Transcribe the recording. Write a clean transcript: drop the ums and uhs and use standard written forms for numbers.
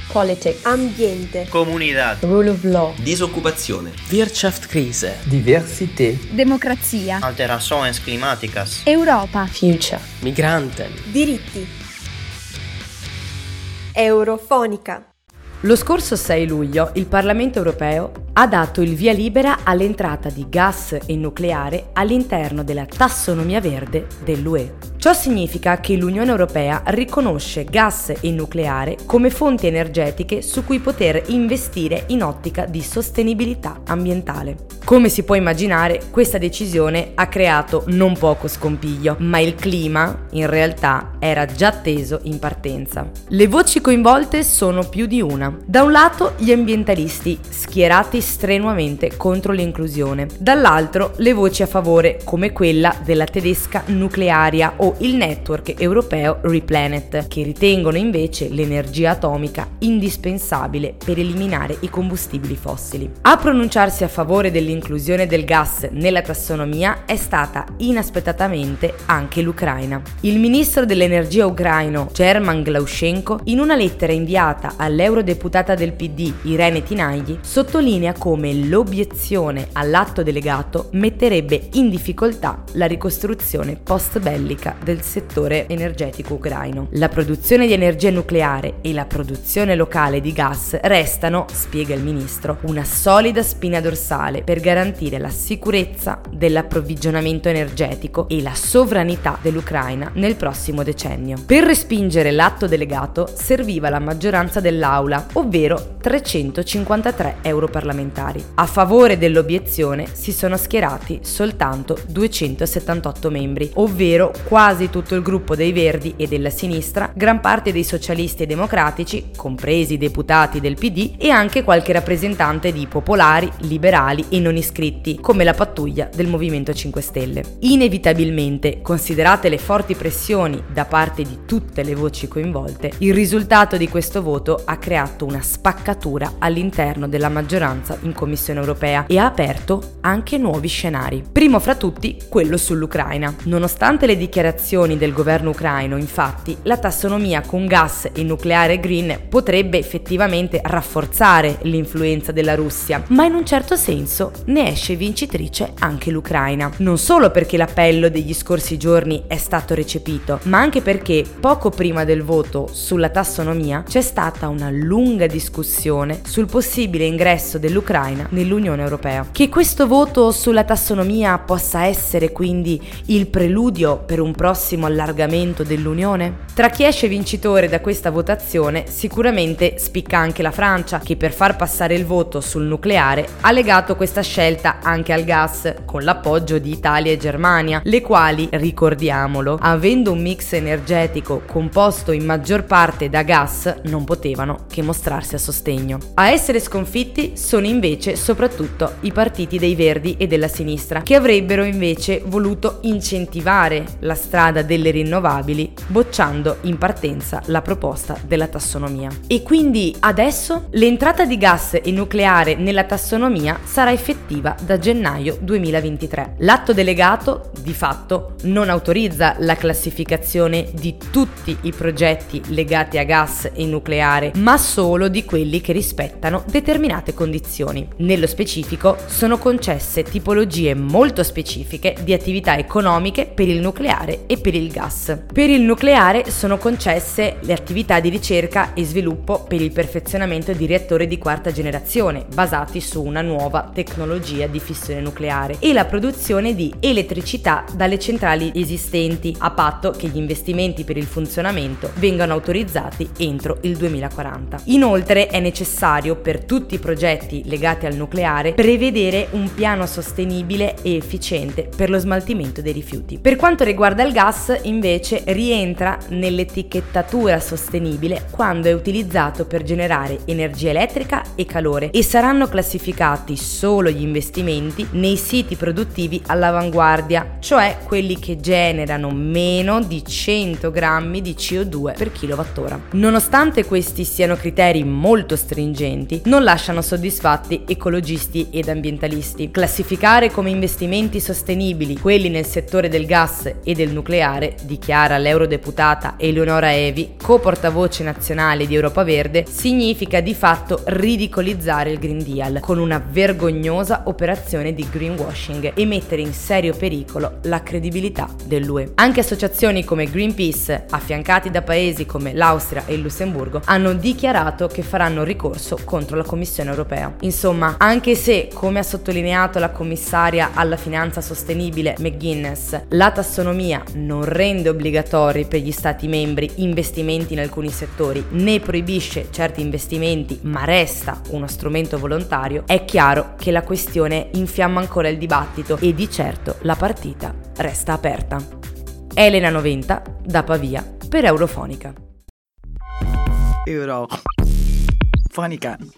Politics, ambiente, comunità, rule of law, disoccupazione, Wirtschaftskrise, Diversität, democrazia, alterações climáticas, Europa, future, Migranten, diritti. Eurofonica. Lo scorso 6 luglio il Parlamento europeo ha dato il via libera all'entrata di gas e nucleare all'interno della tassonomia verde dell'UE. Ciò significa che l'Unione Europea riconosce gas e nucleare come fonti energetiche su cui poter investire in ottica di sostenibilità ambientale. Come si può immaginare, questa decisione ha creato non poco scompiglio, ma il clima, in realtà, era già teso in partenza. Le voci coinvolte sono più di una. Da un lato, gli ambientalisti, schierati strenuamente contro l'inclusione. Dall'altro, le voci a favore, come quella della tedesca Nuclearia o il network europeo Replanet, che ritengono invece l'energia atomica indispensabile per eliminare i combustibili fossili. A pronunciarsi a favore dell'inclusione del gas nella tassonomia è stata inaspettatamente anche l'Ucraina. Il ministro dell'energia ucraino German Glaushenko, in una lettera inviata all'eurodeputata del PD Irene Tinagli, sottolinea come l'obiezione all'atto delegato metterebbe in difficoltà la ricostruzione post-bellica del settore energetico ucraino. La produzione di energia nucleare e la produzione locale di gas restano, spiega il ministro, una solida spina dorsale per garantire la sicurezza dell'approvvigionamento energetico e la sovranità dell'Ucraina nel prossimo decennio. Per respingere l'atto delegato serviva la maggioranza dell'Aula, ovvero 353 europarlamentari. A favore dell'obiezione si sono schierati soltanto 278 membri, ovvero quasi tutto il gruppo dei Verdi e della sinistra, gran parte dei socialisti e democratici, compresi i deputati del PD, e anche qualche rappresentante di popolari, liberali e non iscritti, come la pattuglia del Movimento 5 Stelle. Inevitabilmente, considerate le forti pressioni da parte di tutte le voci coinvolte, il risultato di questo voto ha creato una spaccatura all'interno della maggioranza in Commissione europea e ha aperto anche nuovi scenari. Primo fra tutti, quello sull'Ucraina. Nonostante le dichiarazioni del governo ucraino, infatti, la tassonomia con gas e nucleare green potrebbe effettivamente rafforzare l'influenza della Russia, ma in un certo senso ne esce vincitrice anche l'Ucraina. Non solo perché l'appello degli scorsi giorni è stato recepito, ma anche perché poco prima del voto sulla tassonomia c'è stata una lunga discussione sul possibile ingresso dell'Ucraina nell'Unione Europea. Che questo voto sulla tassonomia possa essere quindi il preludio per un prossimo allargamento dell'Unione? Tra chi esce vincitore da questa votazione sicuramente spicca anche la Francia, che per far passare il voto sul nucleare ha legato questa scelta anche al gas, con l'appoggio di Italia e Germania, le quali, ricordiamolo, avendo un mix energetico composto in maggior parte da gas, non potevano che mostrarsi a sostegno. A essere sconfitti sono invece soprattutto i partiti dei Verdi e della sinistra, che avrebbero invece voluto incentivare la strada delle rinnovabili, bocciando in partenza la proposta della tassonomia. E quindi adesso l'entrata di gas e nucleare nella tassonomia sarà effettiva da gennaio 2023. L'atto delegato, di fatto, non autorizza la classificazione di tutti i progetti legati a gas e nucleare, ma solo di quelli che rispettano determinate condizioni. Nello specifico sono concesse tipologie molto specifiche di attività economiche per il nucleare e per il gas. Per il nucleare sono concesse le attività di ricerca e sviluppo per il perfezionamento di reattori di quarta generazione basati su una nuova tecnologia di fissione nucleare e la produzione di elettricità dalle centrali esistenti, a patto che gli investimenti per il funzionamento vengano autorizzati entro il 2040. Inoltre è necessario per tutti i progetti legati al nucleare prevedere un piano sostenibile e efficiente per lo smaltimento dei rifiuti. Per quanto riguarda il gas, invece, rientra nell'etichettatura sostenibile quando è utilizzato per generare energia elettrica e calore, e saranno classificati solo gli investimenti nei siti produttivi all'avanguardia, cioè quelli che generano meno di 100 grammi di CO2 per kilowattora. Nonostante questi siano criteri molto stringenti, non lasciano soddisfatti infatti ecologisti ed ambientalisti. Classificare come investimenti sostenibili quelli nel settore del gas e del nucleare, dichiara l'eurodeputata Eleonora Evi, co-portavoce nazionale di Europa Verde, significa di fatto ridicolizzare il Green Deal con una vergognosa operazione di greenwashing e mettere in serio pericolo la credibilità dell'UE. Anche associazioni come Greenpeace, affiancati da paesi come l'Austria e il Lussemburgo, hanno dichiarato che faranno ricorso contro la Commissione europea. Insomma, anche se, come ha sottolineato la commissaria alla finanza sostenibile McGuinness, la tassonomia non rende obbligatori per gli Stati membri investimenti in alcuni settori, né proibisce certi investimenti, ma resta uno strumento volontario, è chiaro che la questione infiamma ancora il dibattito e di certo la partita resta aperta. Elena Noventa, da Pavia, per Eurofonica. Eurofonica.